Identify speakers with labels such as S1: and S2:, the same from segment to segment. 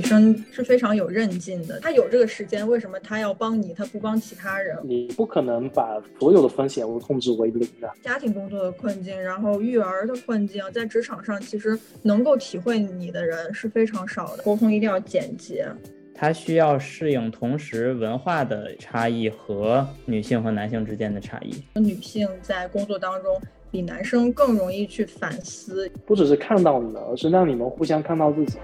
S1: 生是非常有韧劲的，他有这个时间，为什么他要帮你，他不帮其他人？
S2: 你不可能把所有的风险控制为零的。
S1: 家庭工作的困境，然后育儿的困境，在职场上其实能够体会你的人是非常少的，沟通一定要简洁。
S3: 它需要适应同时文化的差异和女性和男性之间的差异。
S1: 女性在工作当中比男生更容易去反思，
S2: 不只是看到你们，而是让你们互相看到自己。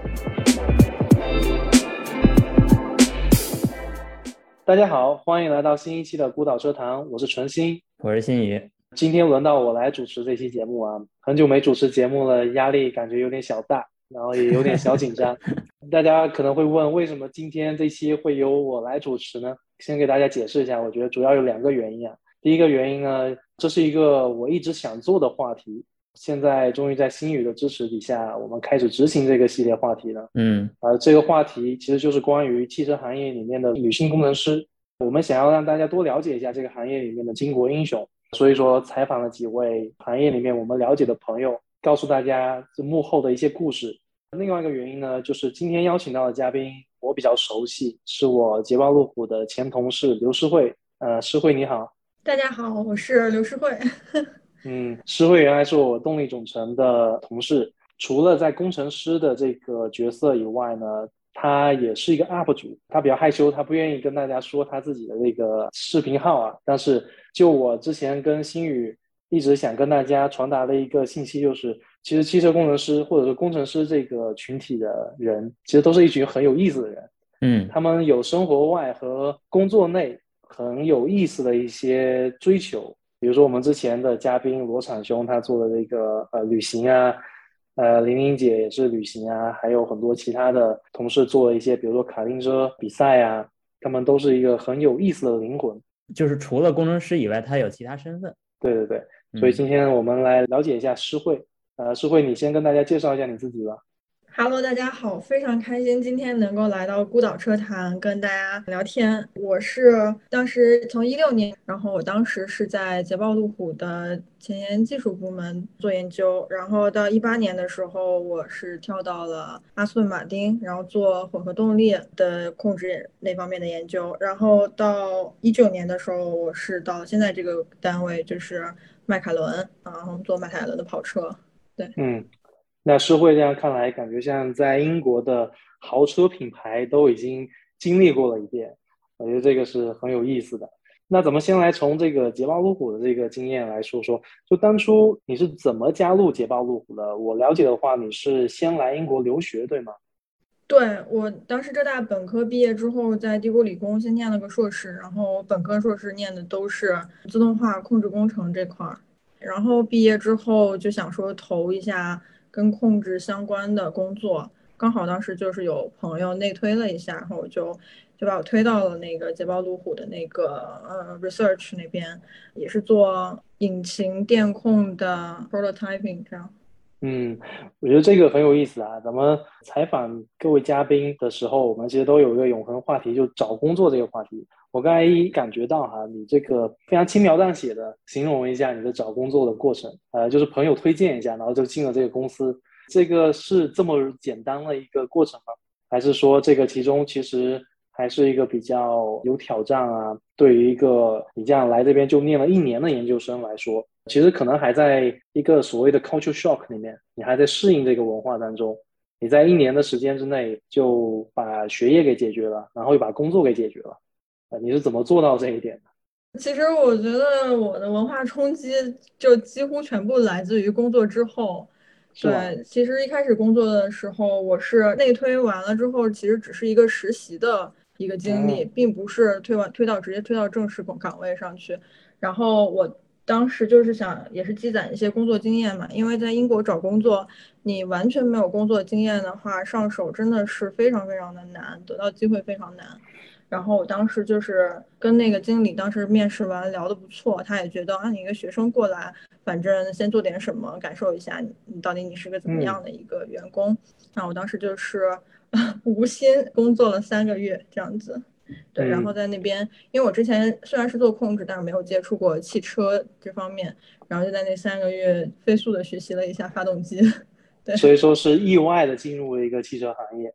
S2: 大家好，欢迎来到新一期的孤岛车谈，我是纯心，
S3: 我是新宇。
S2: 今天轮到我来主持这期节目啊，很久没主持节目了，压力感觉有点小大，然后也有点小紧张。大家可能会问，为什么今天这期会由我来主持呢？先给大家解释一下，我觉得主要有2个原因啊。第一个原因呢，这是一个我一直想做的话题，现在终于在新宇的支持底下，我们开始执行这个系列话题了。这个话题其实就是关于汽车行业里面的女性工程师，我们想要让大家多了解一下这个行业里面的巾帼英雄，所以说采访了几位行业里面我们了解的朋友，告诉大家这幕后的一些故事。另外一个原因呢，就是今天邀请到的嘉宾我比较熟悉，是我捷豹路虎的前同事刘诗慧。诗慧你好。
S1: 大家好，我是刘诗慧。
S2: 诗慧原来是我动力总成的同事，除了在工程师的这个角色以外呢，他也是一个 UP 主，他比较害羞，他不愿意跟大家说他自己的这个视频号啊。但是就我之前跟新宇一直想跟大家传达的一个信息，就是其实汽车工程师或者说工程师这个群体的人，其实都是一群很有意思的人。他们有生活外和工作内很有意思的一些追求，比如说我们之前的嘉宾罗产兄他做的这个旅行啊，玲玲姐也是旅行啊，还有很多其他的同事做了一些比如说卡丁车比赛啊，他们都是一个很有意思的灵魂，
S3: 就是除了工程师以外他有其他身份。
S2: 对对对，所以今天我们来了解一下诗慧。诗慧你先跟大家介绍一下你自己吧。
S1: Hello， 大家好，非常开心今天能够来到孤岛车谈跟大家聊天。我是当时从16年，然后我当时是在捷豹路虎的前沿技术部门做研究，然后到18年的时候，我是跳到了阿斯顿马丁，然后做混合动力的控制那方面的研究，然后到19年的时候，我是到现在这个单位，就是迈凯伦，然后做迈凯伦的跑车。对，
S2: 那诗慧这样看来，感觉像在英国的豪车品牌都已经经历过了一遍，我觉得这个是很有意思的。那咱们先来从这个捷豹路虎的这个经验来说说，就当初你是怎么加入捷豹路虎的？我了解的话，你是先来英国留学，对吗？
S1: 对，我当时浙大本科毕业之后，在帝国理工先念了个硕士，然后本科硕士念的都是自动化控制工程这块儿，然后毕业之后就想说投一下跟控制相关的工作，刚好当时就是有朋友内推了一下，然后我就把我推到了那个捷豹路虎的那个research 那边，也是做引擎电控的 prototyping 这样。
S2: 我觉得这个很有意思啊。咱们采访各位嘉宾的时候，我们其实都有一个永恒话题，就找工作这个话题。我刚才感觉到哈，你这个非常轻描淡写的形容一下你的找工作的过程，就是朋友推荐一下，然后就进了这个公司。这个是这么简单的一个过程吗？还是说这个其中其实还是一个比较有挑战啊？对于一个你这样来这边就念了1年的研究生来说，其实可能还在一个所谓的 culture shock 里面，你还在适应这个文化当中。你在1年的时间之内就把学业给解决了，然后又把工作给解决了，你是怎么做到这一点的？
S1: 其实我觉得我的文化冲击就几乎全部来自于工作之后。对，其实一开始工作的时候，我是内推完了之后，其实只是一个实习的一个经历，并不是直接推到正式岗位上去。然后我当时就是想，也是积攒一些工作经验嘛，因为在英国找工作，你完全没有工作经验的话，上手真的是非常非常的难，得到机会非常难。然后我当时就是跟那个经理当时面试完聊得不错，他也觉得你一个学生过来，反正先做点什么，感受一下你到底你是个怎么样的一个员工。那我当时就是无薪工作了3个月这样子。对，然后在那边，因为我之前虽然是做控制，但是没有接触过汽车这方面，然后就在那3个月飞速的学习了一下发动机。对，
S2: 所以说是意外的进入了一个汽车行业。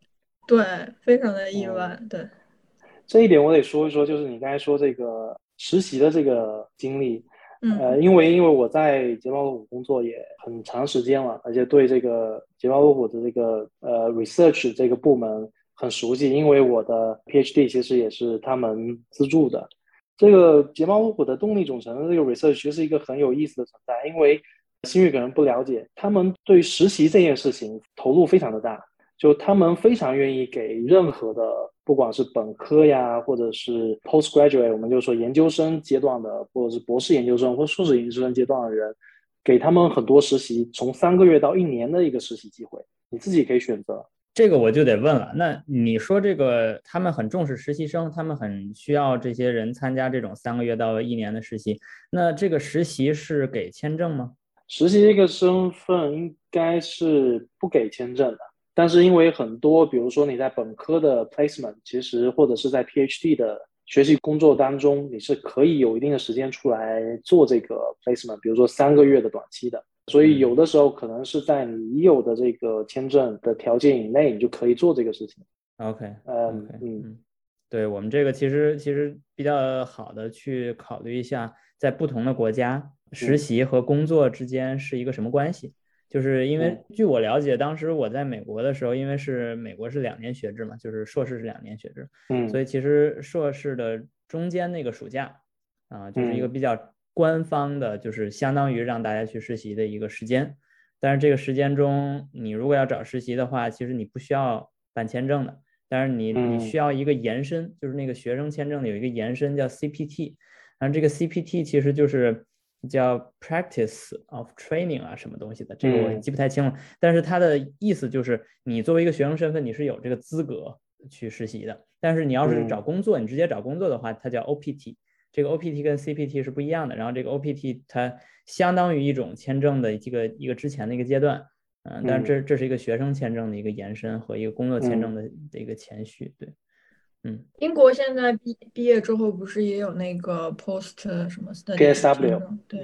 S1: 对，非常的意外，对。
S2: 这一点我得说一说，就是你刚才说这个实习的这个经历，
S1: 嗯
S2: 因为我在捷豹路虎工作也很长时间了，而且对这个捷豹路虎的这个research 这个部门很熟悉，因为我的 PhD 其实也是他们资助的。这个捷豹路虎的动力总成的这个 research 其实是一个很有意思的存在，因为新宇可能不了解，他们对实习这件事情投入非常的大。就他们非常愿意给任何的，不管是本科呀，或者是 postgraduate，我们就说研究生阶段的，或者是博士研究生或硕士研究生阶段的人，给他们很多实习，从3个月到1年的一个实习机会，你自己可以选择。
S3: 这个我就得问了，那你说这个他们很重视实习生，他们很需要这些人参加这种3个月到1年的实习，那这个实习是给签证吗？
S2: 实习这个身份应该是不给签证的，但是因为很多，比如说你在本科的 placement，其实或者是在 PhD 的学习工作当中，你是可以有一定的时间出来做这个 placement，比如说3个月的短期的。所以有的时候可能是在你已有的这个签证的条件以内，你就可以做这个事情。
S3: OK
S2: 嗯
S3: OK
S2: 嗯
S3: 对我们这个其实比较好的去考虑一下，在不同的国家实
S2: 嗯
S3: 习和工作之间是一个什么关系。就是因为
S2: 嗯
S3: 据我了解，当时我在美国的时候，因为美国是2年学制嘛，就是硕士是2年学制，所
S2: 嗯
S3: 以其实硕士的中间那个暑假就是一个
S2: 嗯
S3: 比较官方的，就是相当于让大家去实习的一个时间。但是这个时间中，你如果要找实习的话，其实你不需要办签证的。但是你
S2: 嗯
S3: 需要一个延伸，就是那个学生签证的有一个延伸叫 CPT，然后这个 CPT 其实就是叫 Practice of Training 什么东西的，这个我
S2: 嗯
S3: 记不太清了。但是它的意思就是你作为一个学生身份，你是有这个资格去实习的。但是你要是找
S2: 嗯
S3: 工作，你直接找工作的话，它叫 OPT。这个 OPT 跟 CPT 是不一样的，然后这个 OPT 它相当于一种签证的一个之前的一个阶段。但是
S2: 嗯
S3: 这是一个学生签证的一个延伸和一个工作签证的一个前序，对。
S1: 英国现在毕业之后不是也有那个 post 什么 study 的签
S2: PSW，
S1: 证？对。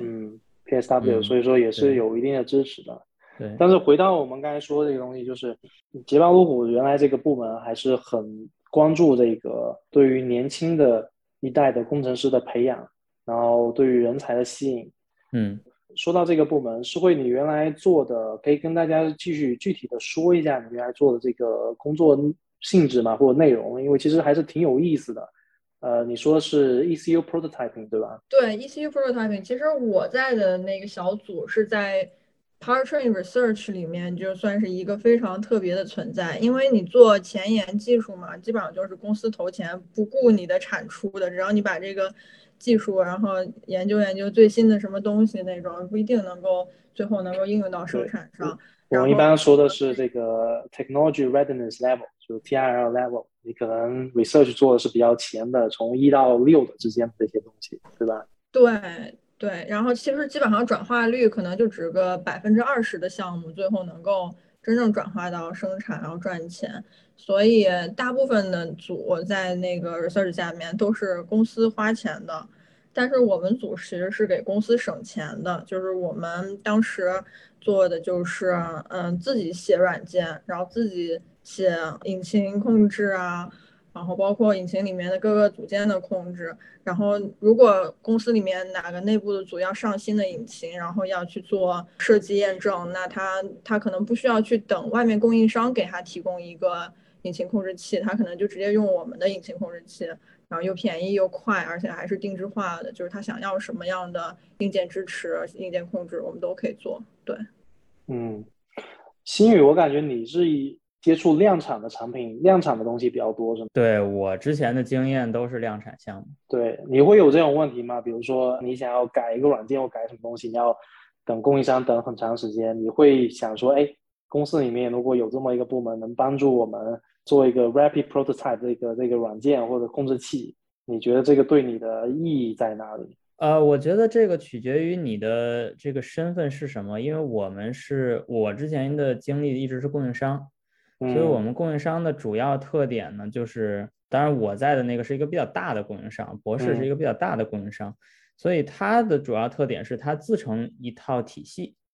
S2: PSW，所以说也是
S3: 对
S2: 有一定的支持的。
S3: 对。
S2: 但是回到我们刚才说的这个东西，就是捷豹路虎原来这个部门还是很关注这个对于年轻的一代的工程师的培养，然后对于人才的吸引。说到这个部门，是会你原来做的，可以跟大家继续具体的说一下你原来做的这个工作性质嘛，或者内容，因为其实还是挺有意思的。你说的是 ECU prototyping 对吧？
S1: 对，ECU prototyping，其实我在的那个小组是在 powertrain research 里面，就算是一个非常特别的存在。因为你做前沿技术嘛，基本上就是公司投钱，不顾你的产出的，只要你把这个技术，然后研究最新的什么东西那种，不一定能够最后能够应用到生
S2: 对，
S1: 产上。
S2: 我们一
S1: 然后
S2: 般说的是这个 technology readiness level，就是 TRL level，你可能 research 做的是比较前的，从1到6的之间的这些东西，对吧？
S1: 对对，然后其实基本上转化率可能就只个20%的项目，最后能够真正转化到生产，然后赚钱。所以大部分的组在那个 research 下面都是公司花钱的，但是我们组其实是给公司省钱的，就是我们当时做的就是自己写软件，然后自己写引擎控制啊，然后包括引擎里面的各个组件的控制。然后，如果公司里面哪个内部的组要上新的引擎，然后要去做设计验证，那他可能不需要去等外面供应商给他提供一个引擎控制器，他可能就直接用我们的引擎控制器，然后又便宜又快，而且还是定制化的，就是他想要什么样的硬件支持、硬件控制，我们都可以做。对。
S2: 嗯，新宇，我感觉你是接触量产的产品、量产的东西比较多，是吗？
S3: 对，我之前的经验都是量产项目。
S2: 对，你会有这种问题吗？比如说你想要改一个软件或改什么东西，你要等供应商等很长时间，你会想说，哎，公司里面如果有这么一个部门能帮助我们做一个 rapid prototype 这个软件或者控制器，你觉得这个对你的意义在哪里？
S3: 我觉得这个取决于你的这个身份是什么，因为我之前的经历一直是供应商，所以我
S2: 嗯
S3: 们供应商的主要特点呢，就是当然我在的那个是一个比较大的供应商，博士是一
S2: 嗯
S3: 个比较大的供应商，所以它的主要特点是它自成一套体系，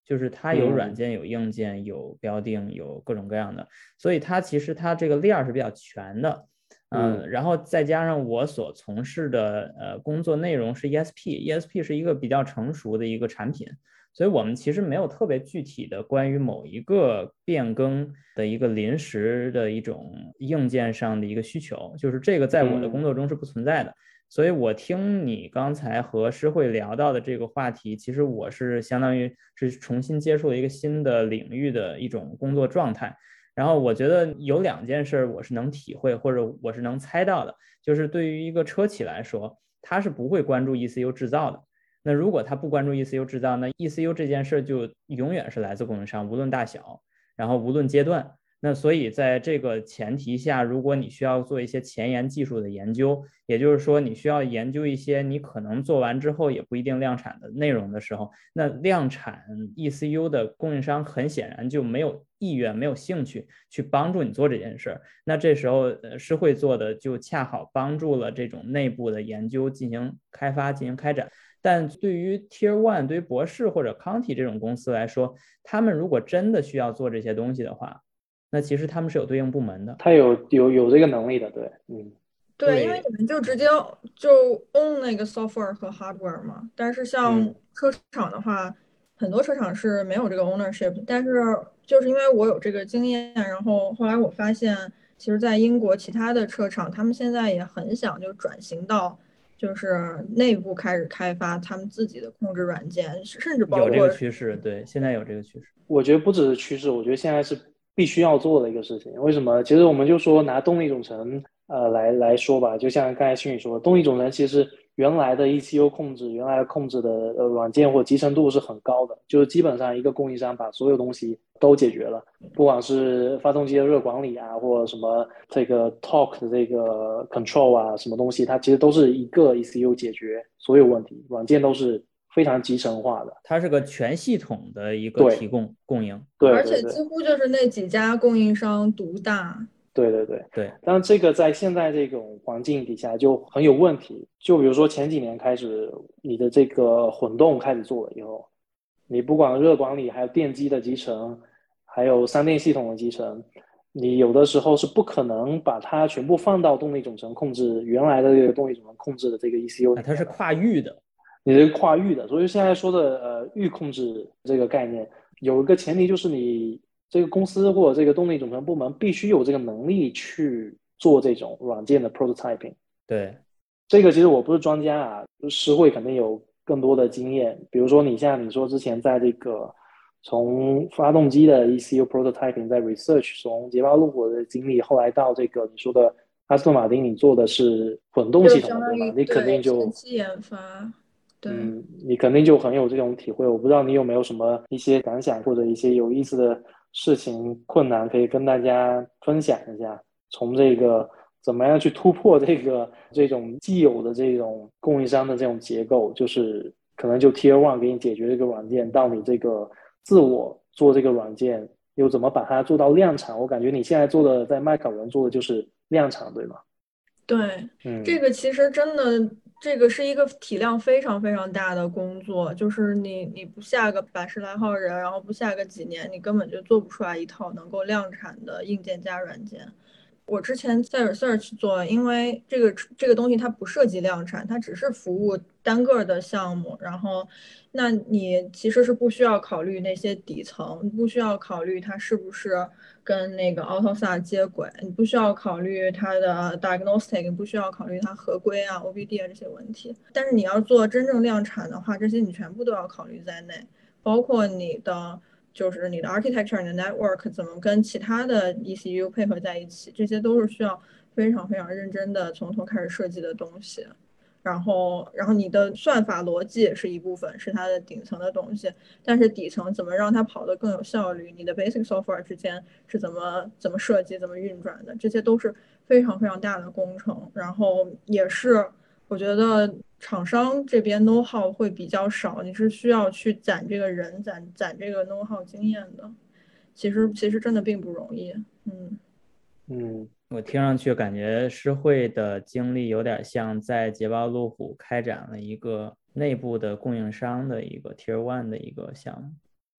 S3: 就是它有软件、有硬件、有标定、有各种各样的，所以它其实它这个链是比较全的。然后再加上我所从事的工作内容是 ESP 是一个比较成熟的一个产品，所以我们其实没有特别具体的关于某一个变更的一个临时的一种硬件上的一个需求，就是这个在我的工作中是不存在的。所以我听你刚才和诗慧聊到的这个话题，其实我是相当于是重新接触了一个新的领域的一种工作状态。然后我觉得有2件事我是能体会或者我是能猜到的，就是对于一个车企来说，他是不会关注 ECU 制造的。那如果他不关注 ECU 制造，那 ECU 这件事就永远是来自供应商，无论大小，然后无论阶段。那所以在这个前提下，如果你需要做一些前沿技术的研究，也就是说你需要研究一些你可能做完之后也不一定量产的内容的时候，那量产 ECU 的供应商很显然就没有意愿、没有兴趣去帮助你做这件事。那这时候诗慧做的就恰好帮助了这种内部的研究进行开发、进行开展。但对于 Tier 1、对于博士或者 Conti 这种公司来说，他们如果真的需要做这些东西的话，那其实他们是有对应部门的，
S2: 他有这个能力的，对，
S1: 对，因为你们就直接就 own 那个 software 和 hardware 嘛。但是像车厂的话，很多车厂是没有这个 ownership。但是就是因为我有这个经验，然后后来我发现，其实，在英国其他的车厂，他们现在也很想就转型到就是内部开始开发他们自己的控制软件，甚至包括
S3: 有这个趋势，对，现在有这个趋势。
S2: 我觉得不只是趋势，我觉得现在是必须要做的一个事情。为什么？其实我们就说拿动力总成来说吧，就像刚才新宇说，动力总成其实原来的 ECU 控制，原来控制的软件或集成度是很高的，就是基本上一个供应商把所有东西都解决了，不管是发动机的热管理啊，或者什么这个 torque 的这个 control 啊，什么东西，它其实都是一个 ECU 解决所有问题，软件都是非常集成化的，
S3: 它是个全系统的一个提供供应，
S2: 对，
S1: 而且几乎就是那几家供应商独大。
S2: 对，但这个在现在这种环境底下就很有问题。就比如说前几年开始，你的这个混动开始做了以后，你不管热管理，还有电机的集成，还有三电系统的集成，你有的时候是不可能把它全部放到动力总成控制原来的这个动力总成控制的这个 ECU 里面，
S3: 它是跨域的，
S2: 你是跨域的。所以现在说的域控制这个概念，有一个前提就是你这个公司或者这个动力总成部门必须有这个能力去做这种软件的 prototyping。
S3: 对，
S2: 这个其实我不是专家啊，诗慧肯定有更多的经验。比如说你像你说之前在这个从发动机的 ECU prototyping 在 research， 从捷豹路虎的经历，后来到这个你说的阿斯顿马丁，你做的是混动系统的，对吗？你肯定就
S1: 前期研发，对，
S2: 你肯定就很有这种体会。我不知道你有没有什么一些感想或者一些有意思的事情、困难可以跟大家分享一下。从这个怎么样去突破这种既有的这种供应商的这种结构，就是可能就 Tier 1给你解决这个软件，到你这个自我做这个软件，又怎么把它做到量产？我感觉你现在做的在迈凯伦做的就是量产，对吗？
S1: 对，这个其实真的，这个是一个体量非常非常大的工作，就是你不下个100来号人，然后不下个几年，你根本就做不出来一套能够量产的硬件加软件。我之前在 research 做，因为这个东西它不涉及量产，它只是服务单个的项目。然后，那你其实是不需要考虑那些底层，不需要考虑它是不是跟那个 AutoSAR 接轨，你不需要考虑它的 diagnostic，你不需要考虑它合规啊、OBD 啊这些问题。但是你要做真正量产的话，这些你全部都要考虑在内，包括你的。就是你的 architecture、你的 network 怎么跟其他的 ECU 配合在一起，这些都是需要非常非常认真的从头开始设计的东西。然后你的算法逻辑也是一部分，是它的顶层的东西，但是底层怎么让它跑得更有效率，你的 basic software 之间是怎么设计、怎么运转的，这些都是非常非常大的工程。然后也是我觉得厂商这边 know how 会比较少，你是需要去攒这个人，攒这个 know how 经验的。其实真的并不容易。
S3: 我听上去感觉诗慧的经历有点像在捷豹路虎开展了一个内部的供应商的一个 Tier 1的一个项目。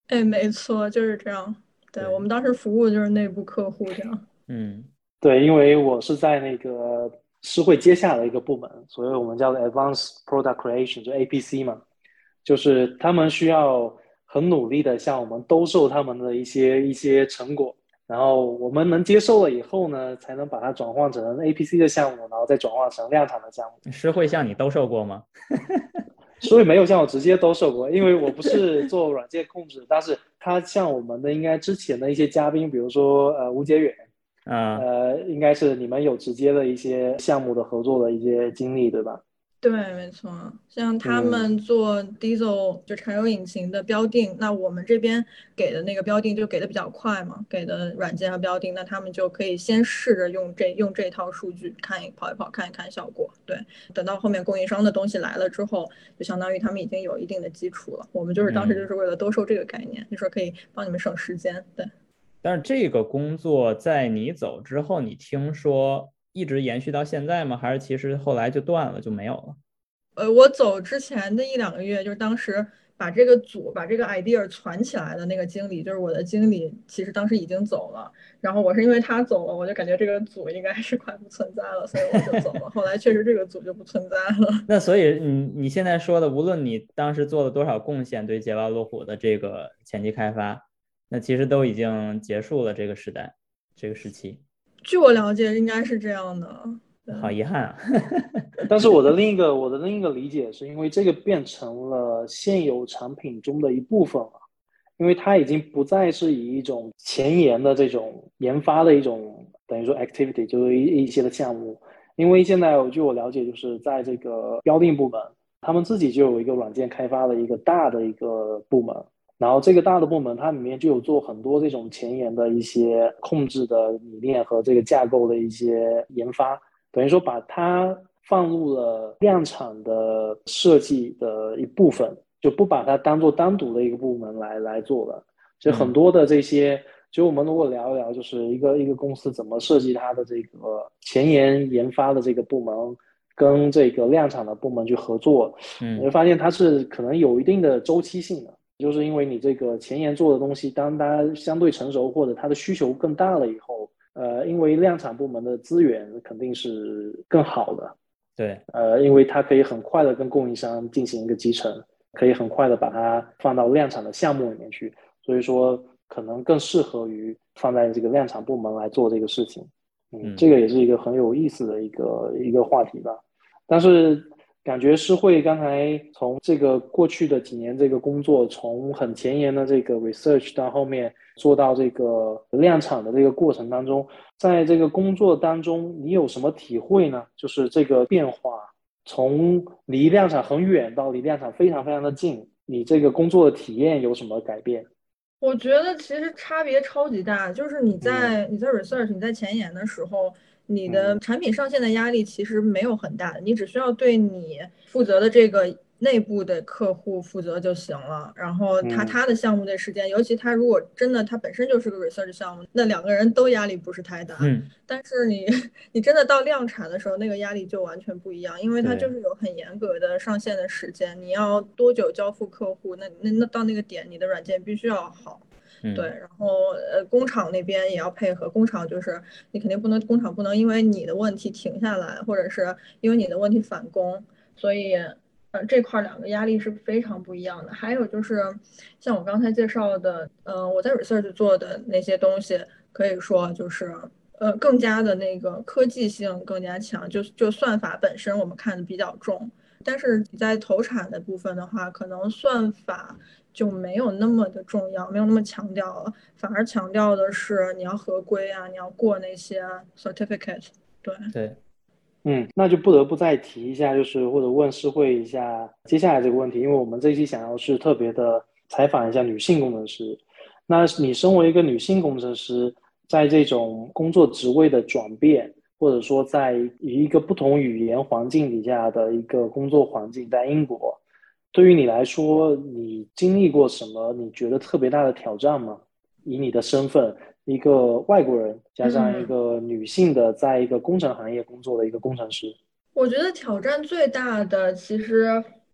S1: 哎，没错，就是这样。对，我
S3: 对，
S1: 们当时服务就是内部客户这样。
S3: 嗯
S2: 对，因为我是在那个诗会接下的一个部门，所以我们叫做 Advanced Product Creation，就 APC 嘛，就是他们需要很努力的向我们兜售他们的一些成果，然后我们能接受了以后呢，才能把它转换成 APC 的项目，然后再转化成量产的项目。
S3: 是会向你兜售过吗？
S2: 所以没有向我直接兜售过，因为我不是做软件控制，但是他像我们的应该之前的一些嘉宾，比如说吴杰远，
S3: 啊，
S2: 应该是你们有直接的一些项目的合作的一些经历，对吧？
S1: 对，没错，像他
S2: 嗯
S1: 们做 diesel 就柴油引擎的标定，那我们这边给的那个标定就给的比较快嘛，给的软件和标定，那他们就可以先试着用这套数据跑一跑，看一看效果。对，等到后面供应商的东西来了之后，就相当于他们已经有一定的基础了。我们就是当时就
S3: 嗯。
S1: 是为了兜售这个概念，就说可以帮你们省时间。对。
S3: 但是这个工作在你走之后，你听说一直延续到现在吗？还是其实后来就断了，就没有了？
S1: 我走之前的一两个月，就是当时把这个组、把这个 idea 传起来的那个经理，就是我的经理，其实当时已经走了。然后我是因为他走了，我就感觉这个组应该是快不存在了，所以我就走了。后来确实这个组就不存在了。
S3: 那所以你现在说的，无论你当时做了多少贡献对捷豹路虎的这个前期开发，那其实都已经结束了这个时代，这个时期，
S1: 据我了解，应该是这样的。对。
S3: 好遗憾啊。
S2: 但是我的另一个理解是因为这个变成了现有产品中的一部分了，因为它已经不再是以一种前沿的这种研发的一种等于说 activity，就是一些的项目。因为现在据我了解，就是在这个标定部门，他们自己就有一个软件开发的一个大的一个部门，然后这个大的部门它里面就有做很多这种前沿的一些控制的理念和这个架构的一些研发。等于说把它放入了量产的设计的一部分，就不把它当做单独的一个部门来做了。所以很
S3: 嗯
S2: 多的这些，就我们如果聊一聊，就是一个公司怎么设计它的这个前沿研发的这个部门，跟这个量产的部门去合作，你会
S3: 嗯，
S2: 发现它是可能有一定的周期性的。就是因为你这个前沿做的东西，当它相对成熟或者它的需求更大了以后，因为量产部门的资源肯定是更好的，
S3: 对，
S2: 因为它可以很快的跟供应商进行一个集成，可以很快的把它放到量产的项目里面去，所以说可能更适合于放在这个量产部门来做这个事情。这
S3: 嗯
S2: 个也是一个很有意思的一个话题吧。但是感觉诗慧刚才从这个过去的几年这个工作，从很前沿的这个 research 到后面做到这个量产的这个过程当中，在这个工作当中，你有什么体会呢？就是这个变化，从离量产很远到离量产非常非常的近，你这个工作的体验有什么改变？
S1: 我觉得其实差别超级大，就是
S2: 嗯
S1: 你在 research 你在前沿的时候，你的
S2: 嗯
S1: 产品上线的压力其实没有很大的，你只需要对你负责的这个内部的客户负责就行了。然后
S2: 嗯
S1: 他的项目的时间，尤其他如果真的他本身就是个 research 项目，那两个人都压力不是太大。
S3: 嗯，
S1: 但是你真的到量产的时候，那个压力就完全不一样，因为它就
S3: 对，
S1: 是有很严格的上线的时间，你要多久交付客户，那到那个点，你的软件必须要好。对，
S3: 嗯
S1: 然后工厂那边也要配合，工厂就是你肯定不能，工厂不能因为你的问题停下来，或者是因为你的问题返工，所以这块两个压力是非常不一样的。还有就是像我刚才介绍的，我在 research 做的那些东西，可以说就是更加的那个科技性更加强，就算法本身我们看的比较重，但是你在投产的部分的话，可能算法就没有那么的重要，没有那么强调了，反而强调的是你要合规啊，你要过那些 certificate。对。
S3: 对，
S2: 那就不得不再提一下，就是或者问诗慧一下接下来这个问题，因为我们这一期想要是特别的采访一下女性工程师。那你身为一个女性工程师，在这种工作职位的转变，或者说在一个不同语言环境底下的一个工作环境，在英国，对于你来说，你经历过什么你觉得特别大的挑战吗？以你的身份，一个外国人加上一
S1: 嗯。
S2: 个女性的，在一个工程行业工作的一个工程师。
S1: 我觉得挑战最大的其实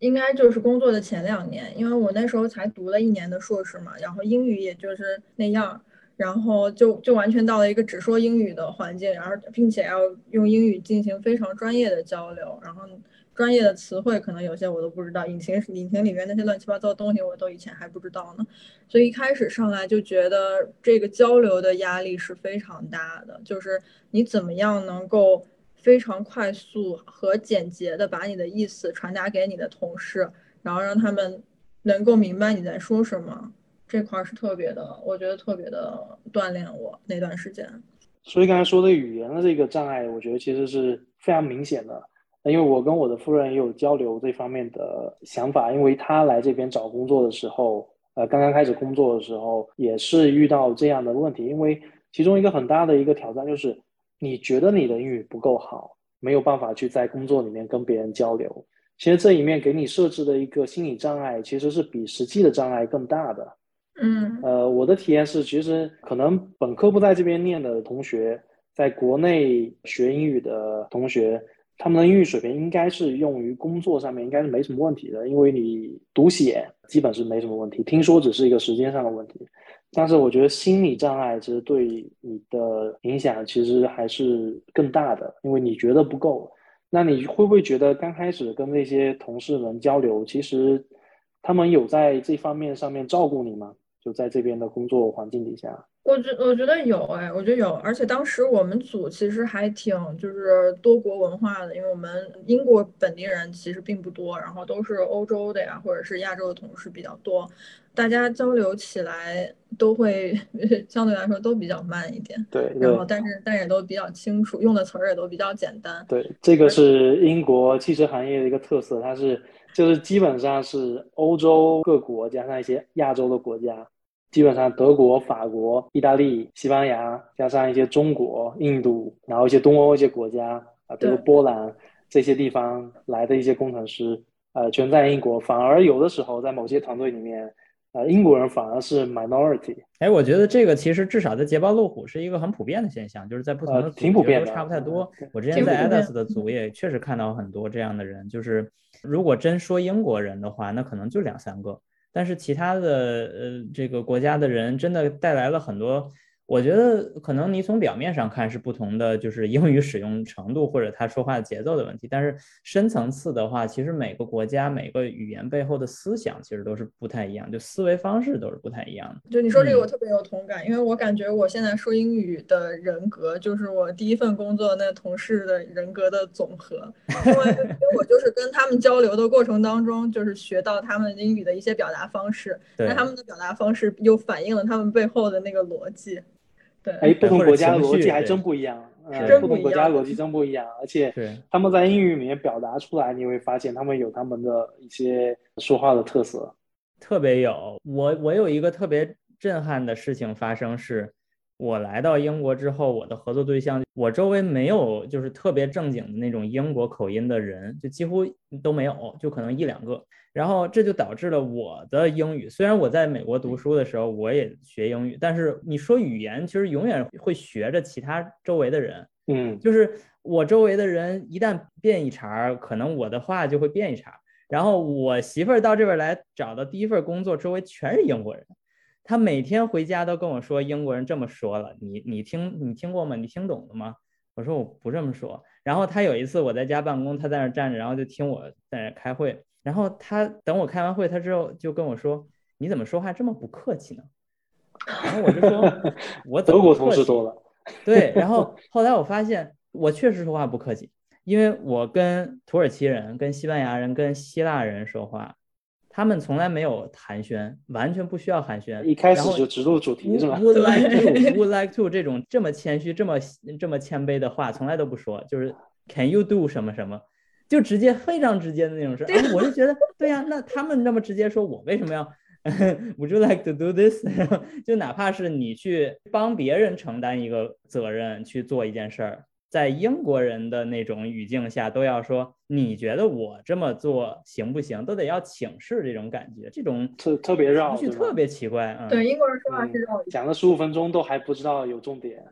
S1: 应该就是工作的前2年，因为我那时候才读了1年的硕士嘛，然后英语也就是那样，然后就完全到了一个只说英语的环境，然后并且要用英语进行非常专业的交流，然后专业的词汇可能有些我都不知道，引擎里面那些乱七八糟的东西我都以前还不知道呢，所以一开始上来就觉得这个交流的压力是非常大的，就是你怎么样能够非常快速和简洁的把你的意思传达给你的同事，然后让他们能够明白你在说什么。这块是特别的，我觉得特别的锻炼我那段时间。
S2: 所以刚才说的语言的这个障碍，我觉得其实是非常明显的。因为我跟我的夫人也有交流这方面的想法，因为她来这边找工作的时候，刚刚开始工作的时候，也是遇到这样的问题。因为其中一个很大的一个挑战就是，你觉得你的英语不够好，没有办法去在工作里面跟别人交流。其实这里面给你设置的一个心理障碍，其实是比实际的障碍更大的。我的体验是，其实可能本科不在这边念的同学，在国内学英语的同学，他们的英语水平应该是用于工作上面应该是没什么问题的，因为你读写基本是没什么问题，听说只是一个时间上的问题。但是我觉得心理障碍其实对你的影响其实还是更大的，因为你觉得不够。那你会不会觉得刚开始跟那些同事们交流，其实他们有在这方面上面照顾你吗？就在这边的工作环境底下。
S1: 我觉得有哎，我觉得有，而且当时我们组其实还挺就是多国文化的，因为我们英国本地人其实并不多，然后都是欧洲的呀，或者是亚洲的同事比较多，大家交流起来都会相对来说都比较慢一点，然后
S2: 对对
S1: 但也都比较清楚，用的词儿也都比较简单。
S2: 对，这个是英国汽车行业的一个特色，它是就是基本上是欧洲各国加上一些亚洲的国家，基本上德国、法国、意大利、西班牙，加上一些中国、印度，然后一些东欧一些国家啊，比如
S1: 对。
S2: 波兰这些地方来的一些工程师，全在英国。反而有的时候在某些团队里面，英国人反而是 minority。
S3: 哎，我觉得这个其实至少在捷豹路虎是一个很普遍的现象，就是在不同的
S2: 挺
S3: 组
S2: 普遍的。
S3: 其实都差不太多。我之前在
S1: 挺普遍。
S3: Adas 的组也确实看到很多这样的人，就是如果真说英国人的话，那可能就2、3个，但是其他的这个国家的人真的带来了很多。我觉得可能你从表面上看是不同的，就是英语使用程度或者他说话的节奏的问题，但是深层次的话，其实每个国家每个语言背后的思想其实都是不太一样，就思维方式都是不太一样的。
S1: 就你说这个，我特别有同感，因为我感觉我现在说英语的人格，就是我第一份工作那同事的人格的总和。因为我就是跟他们交流的过程当中，就是学到他们英语的一些表达方式，那他
S3: 对，
S1: 们的表达方式又反映了他们背后的那个逻辑。对，
S2: 哎，不同
S3: 或者
S2: 国家的逻辑
S3: 情绪，
S2: 还真
S3: 对，
S2: 不一样，
S3: 是
S1: 真
S2: 不同
S1: 不一样的。
S2: 国家的逻辑真不一样，而且
S3: 是。
S2: 他们在英语里面表达出来，你会发现他们有他们的一些说话的特色。
S3: 特别有，我有一个特别震撼的事情发生是，我来到英国之后，我的合作对象，我周围没有就是特别正经的那种英国口音的人，就几乎都没有，就可能1、2个。然后这就导致了我的英语，虽然我在美国读书的时候我也学英语，但是你说语言其实永远会学着其他周围的人，就是我周围的人一旦变一茬，可能我的话就会变一茬。然后我媳妇儿到这边来找的第一份工作，周围全是英国人，她每天回家都跟我说英国人这么说了，你听过吗？你听懂了吗？我说我不这么说。然后她有一次我在家办公，她在那站着，然后就听我在那开会。然后她等我开完会，她之后就跟我说：“你怎么说话这么不客气呢？”然后我就说：“我怎么
S2: 德国同
S3: 客气？”
S2: 事多了。
S3: 对，然后后来我发现我确实说话不客气，因为我跟土耳其人、跟西班牙人、跟希腊人说话，他们从来没有寒暄，完全不需要寒暄。
S2: 一开
S3: 然后
S2: 始就直入主题是吗？
S3: would like to
S1: 对。
S3: would like to 这种这么谦虚、这么谦卑的话，从来都不说，就是 Can you do 什么什么，就直接非常直接的那种事。然后我就觉得，对呀，那他们那么直接说，我为什么要？Would you like to do this？就哪怕是你去帮别人承担一个责任去做一件事儿，在英国人的那种语境下，都要说你觉得我这么做行不行，都得要请示这种感觉，这种
S2: 特别绕，对吗？
S3: 情绪特别奇怪。
S1: 对，英国人说话是绕一下。
S2: 讲了15分钟都还不知道有重点。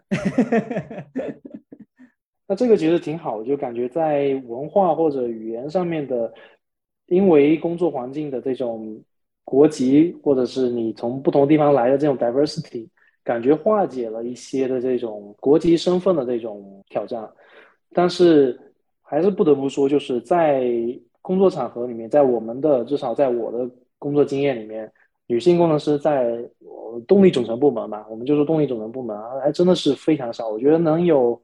S2: 那这个其实挺好，就感觉在文化或者语言上面的因为工作环境的这种国籍，或者是你从不同地方来的这种 diversity，感觉化解了一些的这种国籍身份的这种挑战。但是还是不得不说，就是在工作场合里面，在我们的至少在我的工作经验里面，女性工程师在动力总成部门吧，我们就说动力总成部门还真的是非常少，我觉得能有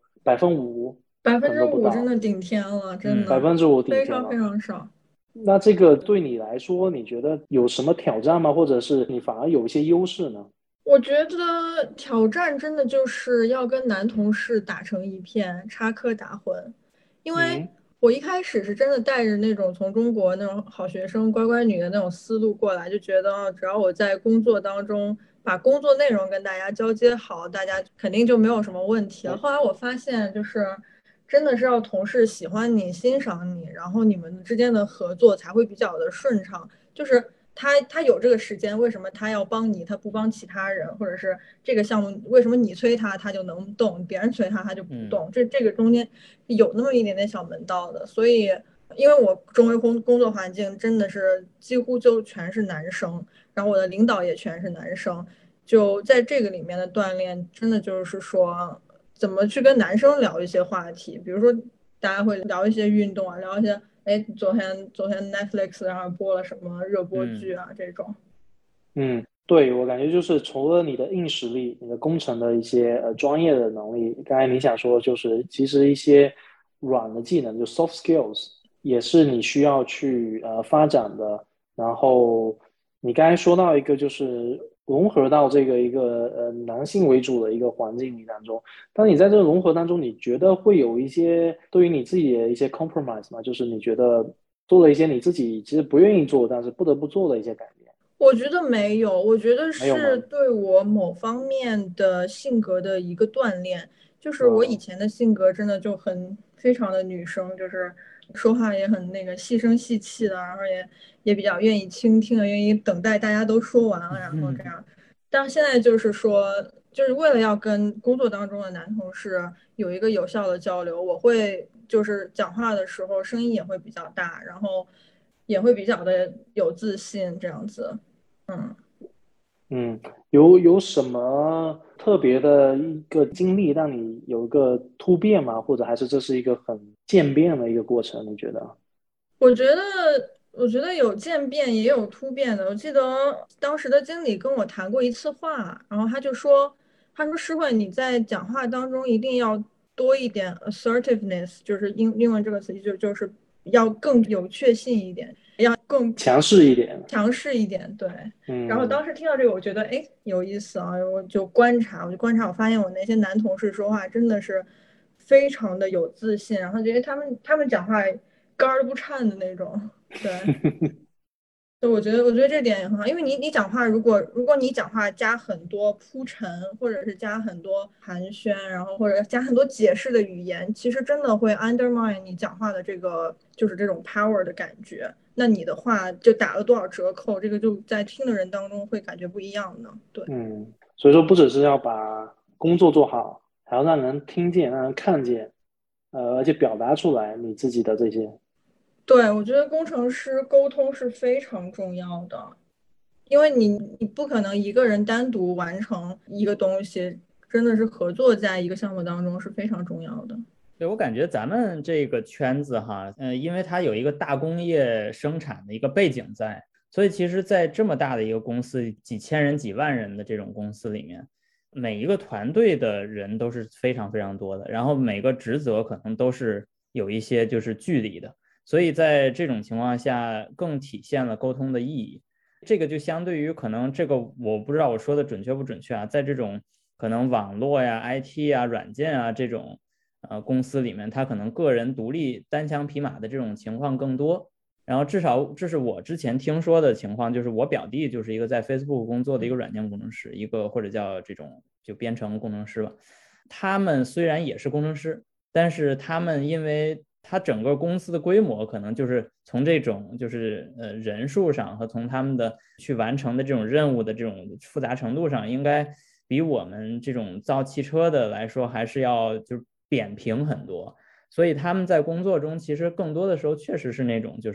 S2: 5%可能
S1: 百分之
S2: 都不到，
S1: 五真的顶天了，真
S3: 嗯。
S1: 的
S2: 5%顶
S1: 非常非
S2: 天了。
S1: 常少。
S2: 那这个对你来说，你觉得有什么挑战吗？或者是你反而有一些优势呢？
S1: 我觉得挑战真的就是要跟男同事打成一片，插科打诨。因为
S2: 嗯
S1: 我一开始是真的带着那种从中国那种好学生、乖乖女的那种思路过来，就觉得只要我在工作当中把工作内容跟大家交接好，大家肯定就没有什么问题了。后来我发现，就是真的是要同事喜欢你、欣赏你，然后你们之间的合作才会比较的顺畅。就是他有这个时间，为什么他要帮你，他不帮其他人？或者是这个项目为什么你催他，他就能动，别人催他，他就不动？这个中间有那么一点点小门道的。所以，因为我周围工作环境真的是几乎就全是男生，然后我的领导也全是男生，就在这个里面的锻炼，真的就是说怎么去跟男生聊一些话题，比如说大家会聊一些运动啊，聊一些哎，昨天 Netflix 上播了什么热播剧
S3: 嗯。
S1: 啊这种。
S2: 嗯，对，我感觉就是除了你的硬实力，你的工程的一些专业的能力，刚才你想说就是其实一些软的技能，就 soft skills，也是你需要去发展的。然后你刚才说到一个就是融合到这个一个男性为主的一个环境里当中，当你在这个融合当中，你觉得会有一些对于你自己的一些 compromise 吗？就是你觉得做了一些你自己其实不愿意做，但是不得不做的一些改变，
S1: 我觉得没有，我觉得是
S2: 没有吗？
S1: 对我某方面的性格的一个锻炼。就是我以
S2: 嗯
S1: 前的性格真的就很非常的女生，就是说话也很那个细声细气的，然后也比较愿意倾听的，愿意等待大家都说完了，然后这样。但现在就是说，就是为了要跟工作当中的男同事有一个有效的交流，我会就是讲话的时候声音也会比较大，然后也会比较的有自信这样子。嗯。
S2: 嗯，有什么特别的一个经历让你有一个突变吗？或者还是这是一个很渐变的一个过程？你觉得？
S1: 我觉得，我觉得有渐变也有突变的。我记得当时的经理跟我谈过一次话，然后他就说，他说诗慧你在讲话当中一定要多一点 assertiveness，就是英文这个词就是要更有确信一点，要更
S2: 强势一点？
S1: 强势一点。对。然后
S2: 嗯
S1: 当时听到这个，我觉得哎有意思啊，我就观察，我发现我那些男同事说话真的是非常的有自信，然后觉得他们讲话肝儿都不颤的那种。对。就我觉得这点也很好，因为你讲话，如果你讲话加很多铺陈，或者是加很多寒暄，然后或者加很多解释的语言，其实真的会 undermine 你讲话的这个就是这种 power 的感觉。那你的话就打了多少折扣，这个就在听的人当中会感觉不一样的。对。
S2: 嗯，所以说不只是要把工作做好，还要让人听见，让人看见，而且表达出来你自己的这些。
S1: 对，我觉得工程师沟通是非常重要的，因为你不可能一个人单独完成一个东西，真的是合作在一个项目当中是非常重要的。
S3: 对，我感觉咱们这个圈子哈，因为它有一个大工业生产的一个背景在，所以其实，在这么大的一个公司，几千人、几万人的这种公司里面，每一个团队的人都是非常非常多的，然后每个职责可能都是有一些就是距离的，所以在这种情况下，更体现了沟通的意义。这个就相对于可能这个我不知道我说的准确不准确啊，在这种可能网络呀、IT 啊、软件啊这种公司里面，他可能个人独立单枪匹马的这种情况更多。然后至少这是我之前听说的情况，就是我表弟就是一个在 Facebook 工作的一个软件工程师，一个或者叫这种就编程工程师吧。他们虽然也是工程师，但是他们因为他整个公司的规模可能就是从这种就是人数上和从他们的去完成的这种任务的这种复杂程度上，应该比我们这种造汽车的来说还是要就是扁平很多。所以他们在工作中其实更多的时候确实是那种就是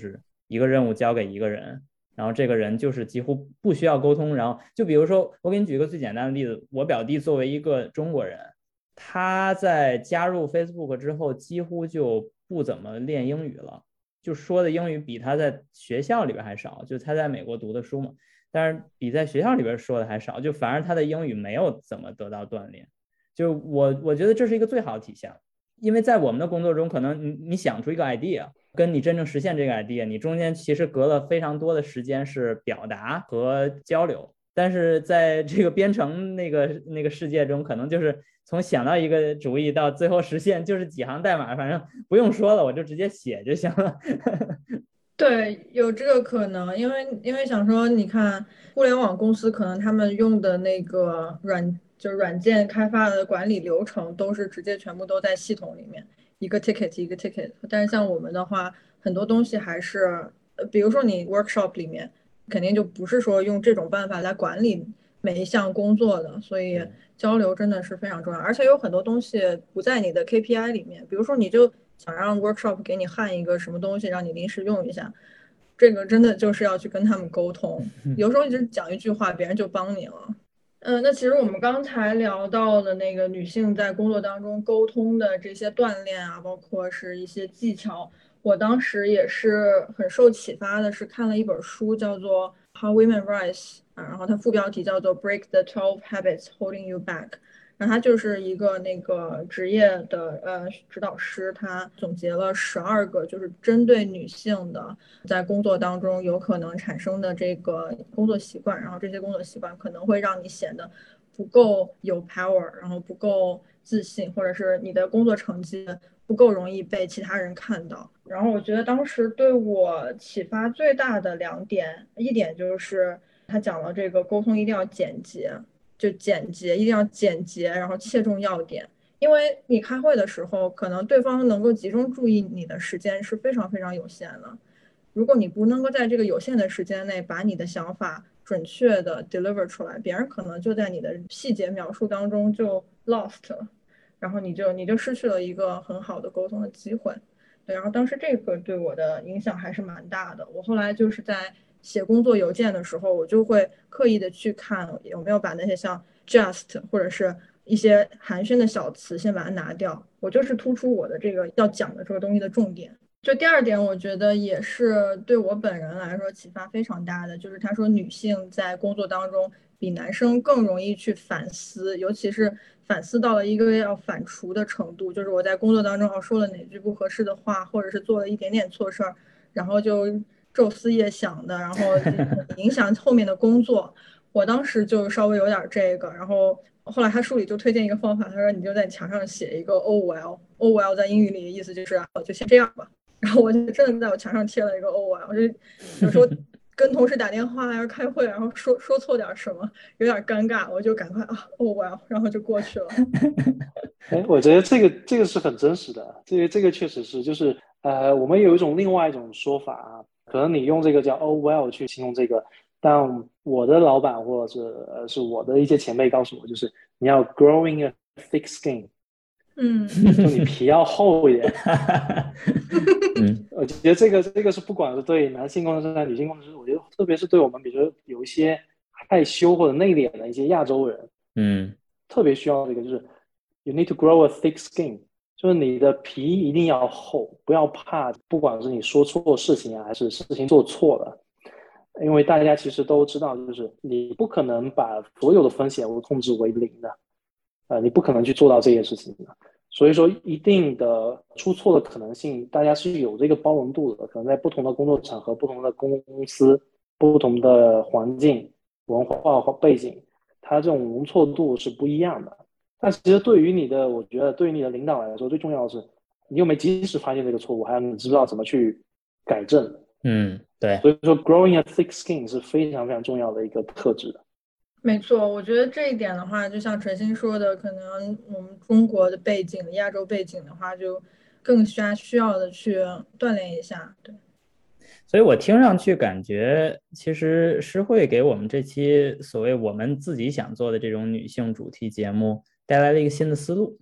S3: 一个任务交给一个人，然后这个人就是几乎不需要沟通。然后就比如说我给你举个最简单的例子，我表弟作为一个中国人，他在加入 Facebook 之后几乎就不怎么练英语了，就说的英语比他在学校里边还少，就他在美国读的书嘛，但是比在学校里边说的还少，就反而他的英语没有怎么得到锻炼。就我觉得这是一个最好的体现，因为在我们的工作中，可能你想出一个 idea，跟你真正实现这个 idea，你中间其实隔了非常多的时间是表达和交流，但是在这个编程那个世界中，可能就是从想到一个主意到最后实现就是几行代码，反正不用说了，我就直接写就行了。
S1: 对，有这个可能，因为想说，你看互联网公司可能他们用的那个就是软件开发的管理流程都是直接全部都在系统里面，一个 ticket 一个 ticket。但是像我们的话，很多东西还是，比如说你 workshop 里面肯定就不是说用这种办法来管理每一项工作的，所以交流真的是非常重要。而且有很多东西不在你的 KPI 里面，比如说你就想让 workshop 给你焊一个什么东西，让你临时用一下，这个真的就是要去跟他们沟通。有时候你只讲一句话，别人就帮你了。那其实我们刚才聊到的那个女性在工作当中沟通的这些锻炼啊，包括是一些技巧，我当时也是很受启发的，是看了一本书，叫做《How Women Rise》然后它副标题叫做《Break the 12 Habits Holding You Back》。然后他就是一个那个职业的指导师，他总结了12个就是针对女性的在工作当中有可能产生的这个工作习惯，然后这些工作习惯可能会让你显得不够有 power，然后不够自信，或者是你的工作成绩不够容易被其他人看到。然后我觉得当时对我启发最大的2点，一点就是他讲了这个沟通一定要简洁。就简洁，一定要简洁，然后切中要点。因为你开会的时候，可能对方能够集中注意你的时间是非常非常有限的。如果你不能够在这个有限的时间内把你的想法准确的 deliver 出来，别人可能就在你的细节描述当中就 lost 了，然后你就失去了一个很好的沟通的机会。对，然后当时这个对我的影响还是蛮大的。我后来就是在写工作邮件的时候，我就会刻意的去看有没有把那些像 just 或者是一些寒暄的小词先把它拿掉，我就是突出我的这个要讲的这个东西的重点。就第2点，我觉得也是对我本人来说启发非常大的，就是他说女性在工作当中比男生更容易去反思，尤其是反思到了一个要反刍的程度，就是我在工作当中说了哪句不合适的话，或者是做了一点点错事儿，然后就昼思夜想的，然后影响后面的工作。我当时就稍微有点这个，然后后来他书里就推荐一个方法，他说你就在墙上写一个 Oh well，Oh well 在英语里的意思就是就先这样吧。然后我就真的在我墙上贴了一个 Oh well，我就有时候跟同事打电话要开会，然后说错点什么，有点尴尬，我就赶快Oh well，然后就过去了。
S2: 我觉得这个是很真实的，这个确实是，就是我们有另外一种说法啊，可能你用这个叫 Oh well 去形容这个，但我的老板或者是我的一些前辈告诉我，就是你要 growing a thick skin， 就你皮要厚一点。我觉得这个是不管是对男性工程师、女性工程师，我觉得特别是对我们，比如说有一些害羞或者内敛的一些亚洲人，特别需要这个，就是 you need to grow a thick skin， 就是你的皮一定要厚，不要怕，不管是你说错事情啊，还是事情做错了，因为大家其实都知道，就是你不可能把所有的风险控制为0的，你不可能去做到这些事情的。所以说，一定的出错的可能性，大家是有这个包容度的。可能在不同的工作场合、不同的公司、不同的环境、文化或背景，它这种容错度是不一样的。但其实对于你的，我觉得对于你的领导来说，最重要的是你有没有及时发现这个错误，还有你知不知道怎么去改正。
S3: 对。
S2: 所以说 ，growing a thick skin 是非常非常重要的一个特质的。
S1: 没错，我觉得这一点的话，就像陈鑫说的，可能我们中国的背景、亚洲背景的话，就更需要的去锻炼一下。对，
S3: 所以我听上去感觉，其实诗慧给我们这期所谓我们自己想做的这种女性主题节目带来了一个新的思路，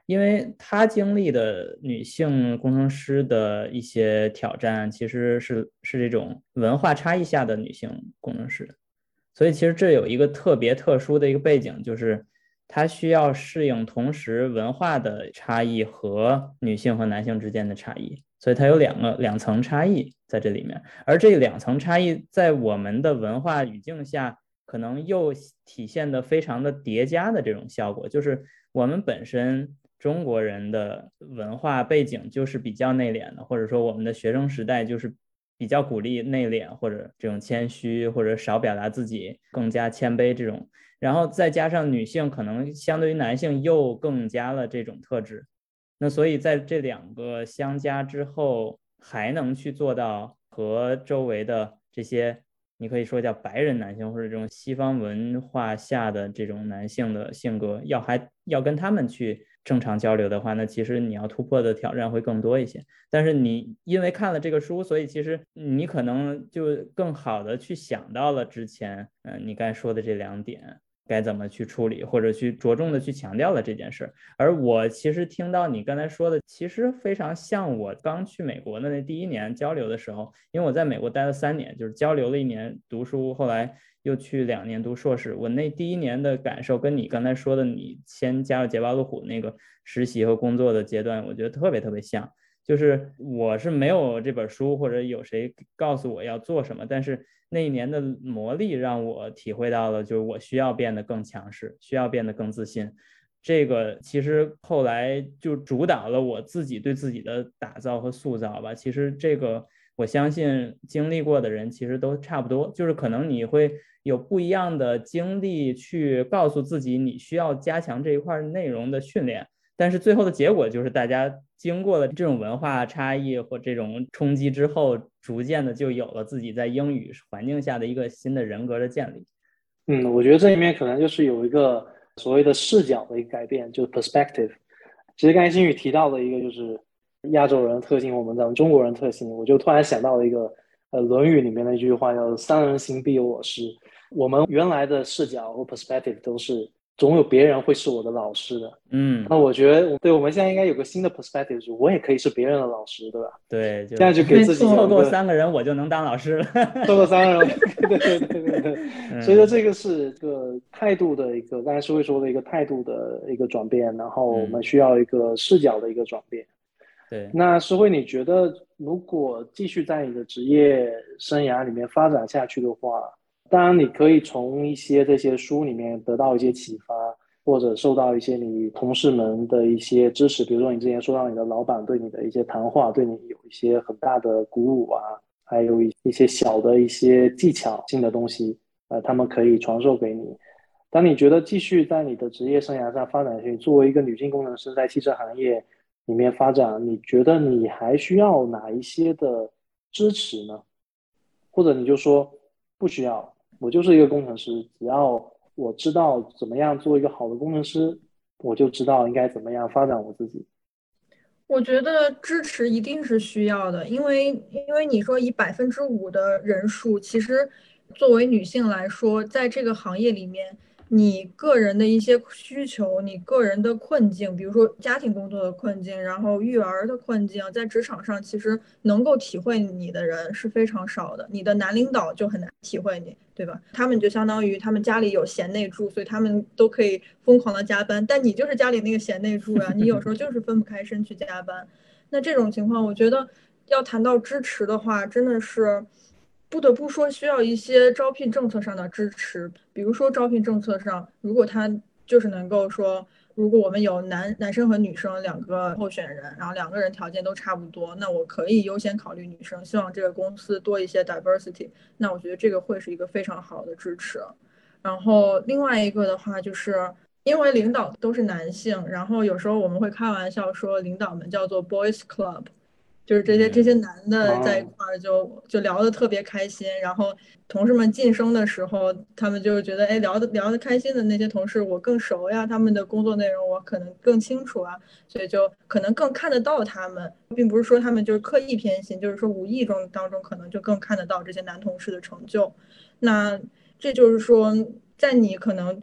S3: 因为她经历的女性工程师的一些挑战，其实是这种文化差异下的女性工程师，所以其实这有一个特别特殊的一个背景，就是她需要适应同时文化的差异和女性和男性之间的差异，所以它有两层差异在这里面，而这两层差异在我们的文化语境下，可能又体现的非常的叠加的这种效果，就是我们本身中国人的文化背景就是比较内敛的，或者说我们的学生时代就是比较鼓励内敛或者这种谦虚，或者少表达自己，更加谦卑这种，然后再加上女性可能相对于男性又更加了这种特质，那所以在这两个相加之后，还能去做到和周围的这些你可以说叫白人男性或者这种西方文化下的这种男性的性格，要跟他们去正常交流的话，那其实你要突破的挑战会更多一些。但是你因为看了这个书，所以其实你可能就更好的去想到了之前你刚才说的这两点该怎么去处理，或者去着重的去强调了这件事。而我其实听到你刚才说的，其实非常像我刚去美国的那第一年交流的时候，因为我在美国待了3年，就是交流了1年读书，后来又去2年读硕士。我那第一年的感受跟你刚才说的，你先加入捷豹路虎那个实习和工作的阶段，我觉得特别特别像。就是我是没有这本书或者有谁告诉我要做什么，但是那一年的磨砺让我体会到了，就是我需要变得更强势，需要变得更自信。这个其实后来就主导了我自己对自己的打造和塑造吧。其实这个我相信经历过的人其实都差不多，就是可能你会有不一样的经历去告诉自己你需要加强这一块内容的训练，但是最后的结果就是大家经过了这种文化差异或这种冲击之后，逐渐的就有了自己在英语环境下的一个新的人格的建立。
S2: 我觉得这里面可能就是有一个所谓的视角的一个改变，就是 perspective。其实刚才新宇提到的一个就是亚洲人的特性，咱们中国人的特性，我就突然想到了一个《论语》里面的一句话，叫“三人行，必有我师”。我们原来的视角和 perspective 都是总有别人会是我的老师的。那我觉得对我们现在应该有个新的 perspective，就是我也可以是别人的老师，对吧？
S3: 对，
S2: 这样就给自己
S3: 凑够3个人我就能当老师了。
S2: 凑够3个人，对。所以说这个是个态度的一个，刚才是会说的一个态度的一个转变，然后我们需要一个视角的一个转变。
S3: 对，
S2: 那诗慧，你觉得如果继续在你的职业生涯里面发展下去的话，当然你可以从一些这些书里面得到一些启发，或者受到一些你同事们的一些支持，比如说你之前说到你的老板对你的一些谈话，对你有一些很大的鼓舞啊，还有一些小的一些技巧性的东西，他们可以传授给你。当你觉得继续在你的职业生涯上发展下去，作为一个女性工程师在汽车行业里面发展，你觉得你还需要哪一些的支持呢？或者你就说不需要，我就是一个工程师，只要我知道怎么样做一个好的工程师，我就知道应该怎么样发展我自己。
S1: 我觉得支持一定是需要的，因为你说以5%的人数，其实作为女性来说，在这个行业里面，你个人的一些需求，你个人的困境，比如说家庭工作的困境，然后育儿的困境，在职场上其实能够体会你的人是非常少的，你的男领导就很难体会你。对吧？他们就相当于他们家里有贤内助，所以他们都可以疯狂的加班。但你就是家里那个贤内助呀，你有时候就是分不开身去加班。那这种情况，我觉得要谈到支持的话，真的是不得不说需要一些招聘政策上的支持。比如说招聘政策上，如果他就是能够说，如果我们有男生和女生2个候选人，然后2个人条件都差不多，那我可以优先考虑女生，希望这个公司多一些 diversity。那我觉得这个会是一个非常好的支持。然后另外一个的话，就是因为领导都是男性，然后有时候我们会开玩笑说，领导们叫做 boys club。就是这些男的在一块儿就聊得特别开心，然后同事们晋升的时候，他们就觉得哎聊得开心的那些同事我更熟呀，他们的工作内容我可能更清楚啊，所以就可能更看得到他们，并不是说他们就是刻意偏心，就是说无意中当中可能就更看得到这些男同事的成就。那这就是说，在你可能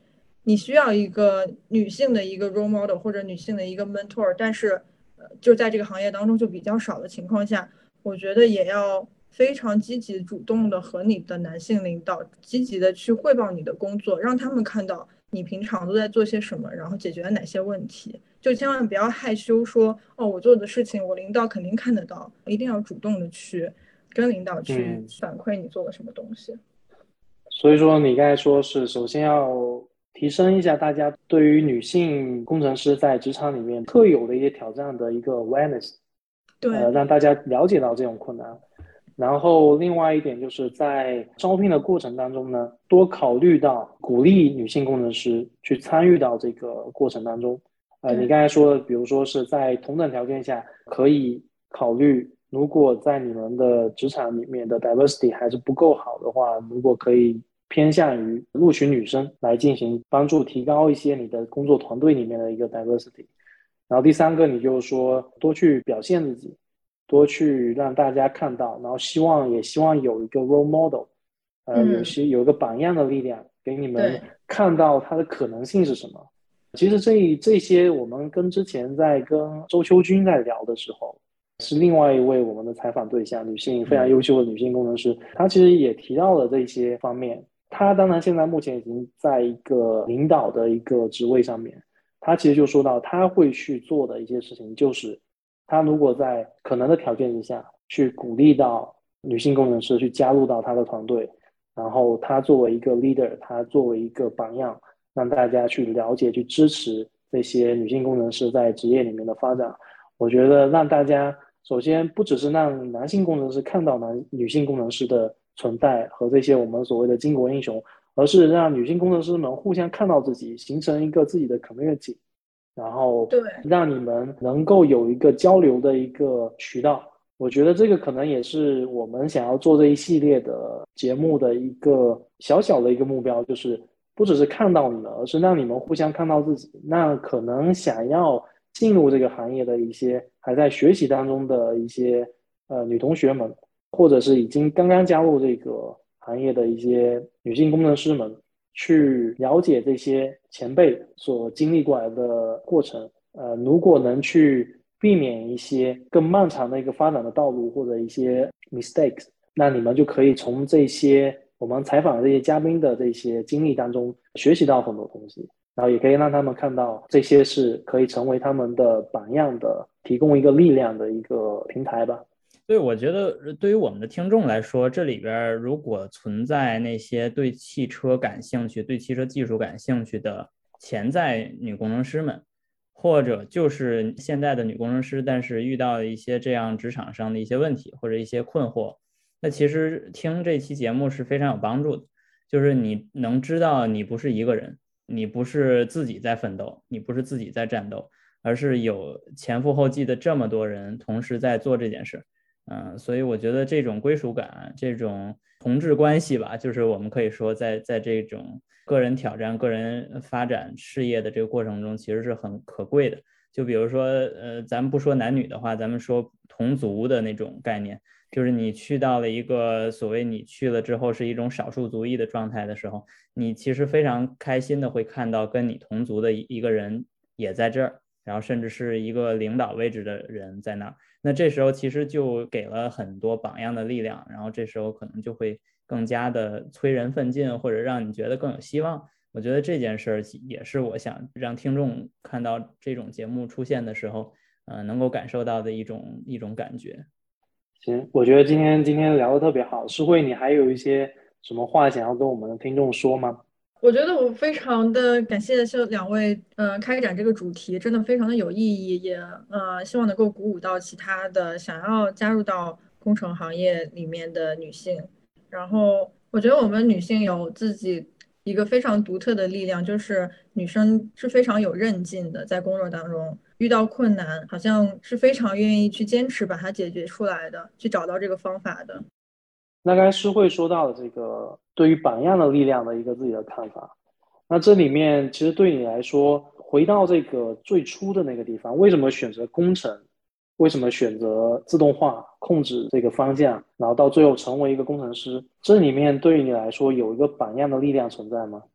S1: 你需要一个女性的一个 role model 或者女性的一个 mentor，但是就在这个行业当中就比较少的情况下，我觉得也要非常积极主动的和你的男性领导积极的去汇报你的工作，让他们看到你平常都在做些什么，然后解决了哪些问题。就千万不要害羞说，哦，我做的事情我领导肯定看得到，一定要主动的去跟领导去反馈你做了什么东西。
S2: 所以说你刚才说是首先要提升一下大家对于女性工程师在职场里面特有的一些挑战的一个 awareness，
S1: 对，
S2: 让大家了解到这种困难。然后另外一点就是在招聘的过程当中呢，多考虑到鼓励女性工程师去参与到这个过程当中。你刚才说的，比如说是在同等条件下，可以考虑，如果在你们的职场里面的 diversity 还是不够好的话，如果可以偏向于录取女生来进行帮助提高一些你的工作团队里面的一个 diversity。然后第三个，你就是说多去表现自己，多去让大家看到，然后也希望有一个 role model，有一个榜样的力量给你们看到它的可能性是什么。其实这些我们之前在跟周秋君在聊的时候，是另外一位我们的采访对象，女性非常优秀的女性工程师，她其实也提到了这些方面。她当然现在目前已经在一个领导的一个职位上面，她其实就说到她会去做的一些事情，就是她如果在可能的条件之下，去鼓励到女性工程师去加入到她的团队，然后她作为一个 leader，她作为一个榜样，让大家去了解、去支持这些女性工程师在职业里面的发展。我觉得让大家首先不只是让男性工程师看到女性工程师的存在和这些我们所谓的巾帼英雄，而是让女性工程师们互相看到自己，形成一个自己的 community， 然后让你们能够有一个交流的一个渠道。我觉得这个可能也是我们想要做这一系列的节目的一个小小的一个目标，就是不只是看到你们，而是让你们互相看到自己。那可能想要进入这个行业的一些还在学习当中的一些女同学们，或者是已经刚刚加入这个行业的一些女性工程师们，去了解这些前辈所经历过来的过程。如果能去避免一些更漫长的一个发展的道路或者一些 mistakes， 那你们就可以从这些我们采访的这些嘉宾的这些经历当中学习到很多东西，然后也可以让他们看到这些是可以成为他们的榜样的，提供一个力量的一个平台吧。
S3: 对，我觉得对于我们的听众来说，这里边如果存在那些对汽车感兴趣、对汽车技术感兴趣的潜在女工程师们，或者就是现在的女工程师，但是遇到一些这样职场上的一些问题或者一些困惑，那其实听这期节目是非常有帮助的。就是你能知道你不是一个人，你不是自己在奋斗，你不是自己在战斗，而是有前赴后继的这么多人同时在做这件事。所以我觉得这种归属感，这种同志关系吧，就是我们可以说在这种个人挑战、个人发展事业的这个过程中，其实是很可贵的。就比如说，咱们不说男女的话，咱们说同族的那种概念，就是你去到了一个所谓你去了之后是一种少数族裔的状态的时候，你其实非常开心的会看到跟你同族的一个人也在这儿，然后甚至是一个领导位置的人在那儿。那这时候其实就给了很多榜样的力量，然后这时候可能就会更加的催人奋进，或者让你觉得更有希望。我觉得这件事也是我想让听众看到这种节目出现的时候，能够感受到的一种感觉。
S2: 行，我觉得今天聊得特别好。诗慧，你还有一些什么话想要跟我们的听众说吗？
S1: 我觉得我非常的感谢这两位，开展这个主题真的非常的有意义，也希望能够鼓舞到其他的想要加入到工程行业里面的女性。然后我觉得我们女性有自己一个非常独特的力量，就是女生是非常有韧劲的，在工作当中遇到困难，好像是非常愿意去坚持把它解决出来的，去找到这个方法的。
S2: 那刚才诗慧说到了这个对于榜样的力量的一个自己的看法，那这里面其实对你来说，回到这个最初的那个地方，为什么选择工程？为什么选择自动化控制这个方向，然后到最后成为一个工程师？这里面对于你来说有一个榜样的力量存在吗？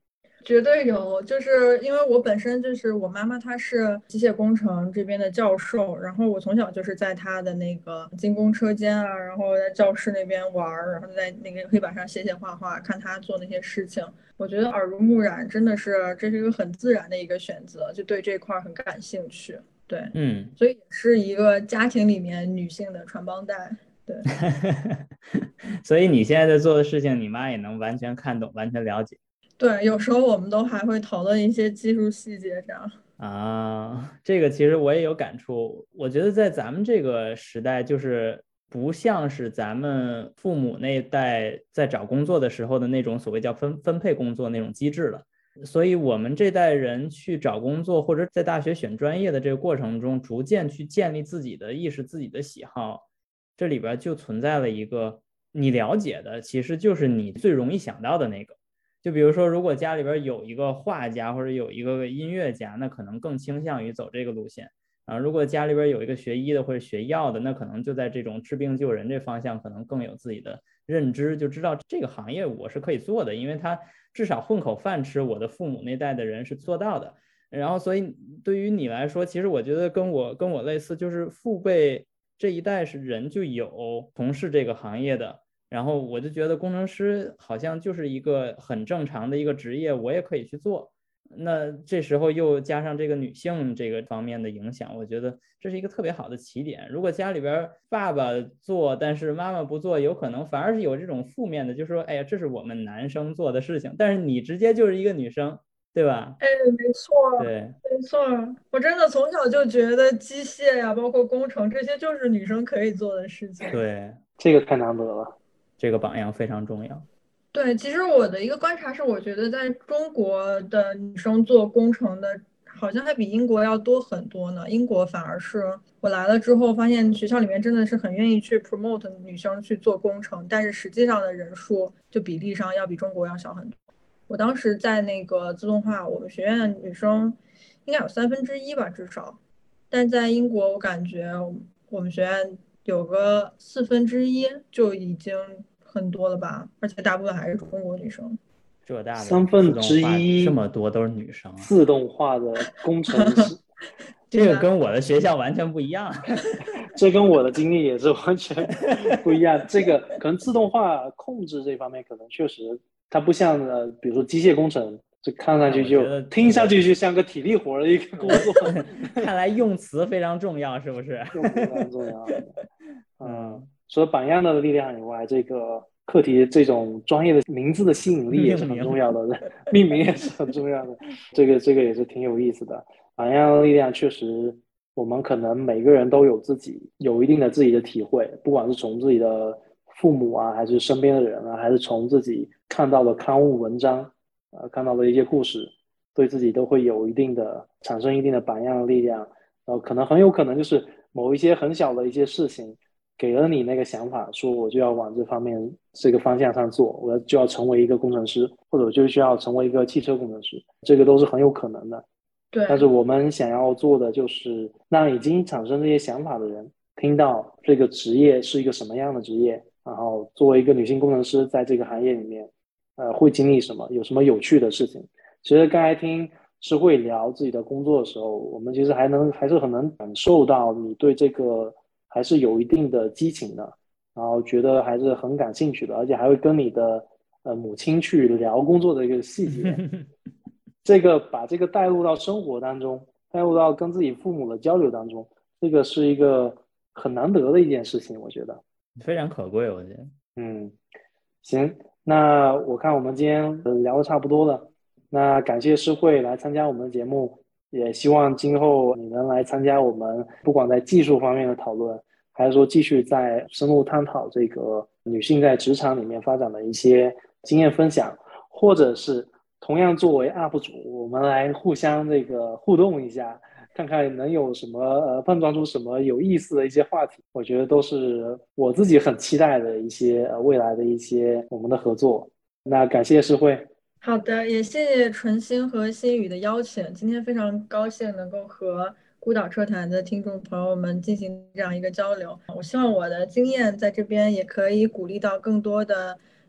S1: 绝对有，就是因为我本身就是我妈妈，她是机械工程这边的教授，然后我从小就是在她的那个精工车间啊，然后在教室那边玩儿，然后在那个黑板上写写画画，看她做那些事情，我觉得耳濡目染，真的是这是一个很自然的一个选择，就对这块儿很感兴趣，对，所以也是一个家庭里面女性的传帮带，对。
S3: 所以你现在在做的事情，你妈也能完全看懂，完全了解。
S1: 对，有时候我们都还会讨论一些技术细节，这样。
S3: 啊，这个其实我也有感触。我觉得在咱们这个时代，就是不像是咱们父母那一代在找工作的时候的那种所谓叫分配工作那种机制了。所以我们这代人去找工作或者在大学选专业的这个过程中，逐渐去建立自己的意识、自己的喜好，这里边就存在了一个你了解的，其实就是你最容易想到的那个。就比如说，如果家里边有一个画家或者有一个音乐家，那可能更倾向于走这个路线啊。如果家里边有一个学医的或者学药的，那可能就在这种治病救人这方向，可能更有自己的认知，就知道这个行业我是可以做的，因为他至少混口饭吃，我的父母那代的人是做到的。然后，所以对于你来说，其实我觉得跟我类似，就是父辈这一代是人就有从事这个行业的。然后我就觉得工程师好像就是一个很正常的一个职业，我也可以去做。那这时候又加上这个女性这个方面的影响，我觉得这是一个特别好的起点。如果家里边爸爸做，但是妈妈不做，有可能反而是有这种负面的，就是说，哎呀，这是我们男生做的事情，但是你直接就是一个女生，对吧？
S1: 哎，没错，
S3: 对，
S1: 没错，我真的从小就觉得机械呀，包括工程这些就是女生可以做的事情。
S3: 对，
S2: 这个太难得了。
S3: 这个榜样非常重要。
S1: 对，其实我的一个观察是，我觉得在中国的女生做工程的，好像还比英国要多很多呢。英国反而是我来了之后，发现学校里面真的是很愿意去 promote 女生去做工程，但是实际上的人数就比例上要比中国要小很多。我当时在那个自动化，我们学院的女生应该有1/3吧，至少。但在英国，我感觉我们学院有个1/4就已经很多了吧，而且大部分还是中国女生。
S3: 浙大的
S2: 三
S3: 自
S2: 分之
S3: 动化这
S2: 一
S3: 么多都是女生啊，
S2: 自动化的工程师，
S3: 这个跟我的学校完全不一样。
S2: 这跟我的经历也是完全不一样。这个可能自动化控制这方面，可能确实它不像比如说机械工程，就看上去就听上去就像个体力活的一个工作。
S3: 看来用词非常重要，是不是？
S2: 用词非常重要。除了榜样的力量以外，这个课题这种专业的名字的吸引力也是很重要的，命名也是很重要的。这个也是挺有意思的。榜样的力量确实，我们可能每个人都有一定的自己的体会，不管是从自己的父母啊，还是身边的人啊，还是从自己看到的刊物文章，看到的一些故事，对自己都会产生一定的榜样的力量。可能很有可能就是某一些很小的一些事情，给了你那个想法，说我就要往这个方向上做，我就要成为一个工程师，或者我就需要成为一个汽车工程师，这个都是很有可能的。
S1: 对，
S2: 但是我们想要做的就是让已经产生这些想法的人听到这个职业是一个什么样的职业，然后作为一个女性工程师在这个行业里面，会经历什么，有什么有趣的事情。其实刚才听是会聊自己的工作的时候，我们其实还是很能感受到你对这个还是有一定的激情的，然后觉得还是很感兴趣的，而且还会跟你的母亲去聊工作的一个细节。把这个带入到生活当中，带入到跟自己父母的交流当中，这个是一个很难得的一件事情，我觉得
S3: 非常可贵，我觉得。
S2: 行，那我看我们今天聊的差不多了，那感谢诗慧来参加我们的节目，也希望今后你能来参加我们不管在技术方面的讨论，还是说继续在深入探讨这个女性在职场里面发展的一些经验分享，或者是同样作为 UP 主，我们来互相互动一下，看看能有什么碰撞出什么有意思的一些话题，我觉得都是我自己很期待的一些未来的一些我们的合作。那感谢诗慧。
S1: 好的，也谢谢纯星和心宇的邀请，今天非常高兴能够和孤岛车坛的听众朋友们进行这样一个交流。我希望我的经验在这边也可以鼓励到更多的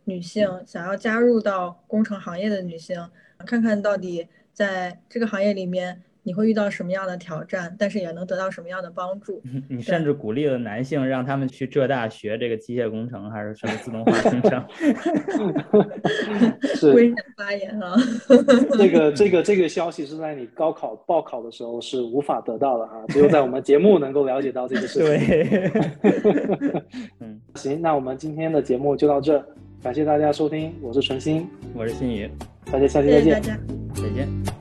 S1: 女性，想要加入到工程行业的女性，看看到底在这个行业里面你会遇到什么样的挑战，但是也能得到什么样的帮助。
S3: 你甚至鼓励了男性，让他们去浙大学这个机械工程还是什么自动化工程。
S2: 是
S1: 危险发言啊！
S2: 这个消息是在你高考报考的时候是无法得到的啊，只有在我们节目能够了解到这个事情。
S3: 对，
S2: 行，那我们今天的节目就到这，感谢大家收听，我是纯心，
S3: 我是新宇，
S2: 大家下期再见，
S1: 谢谢大家，
S3: 再见。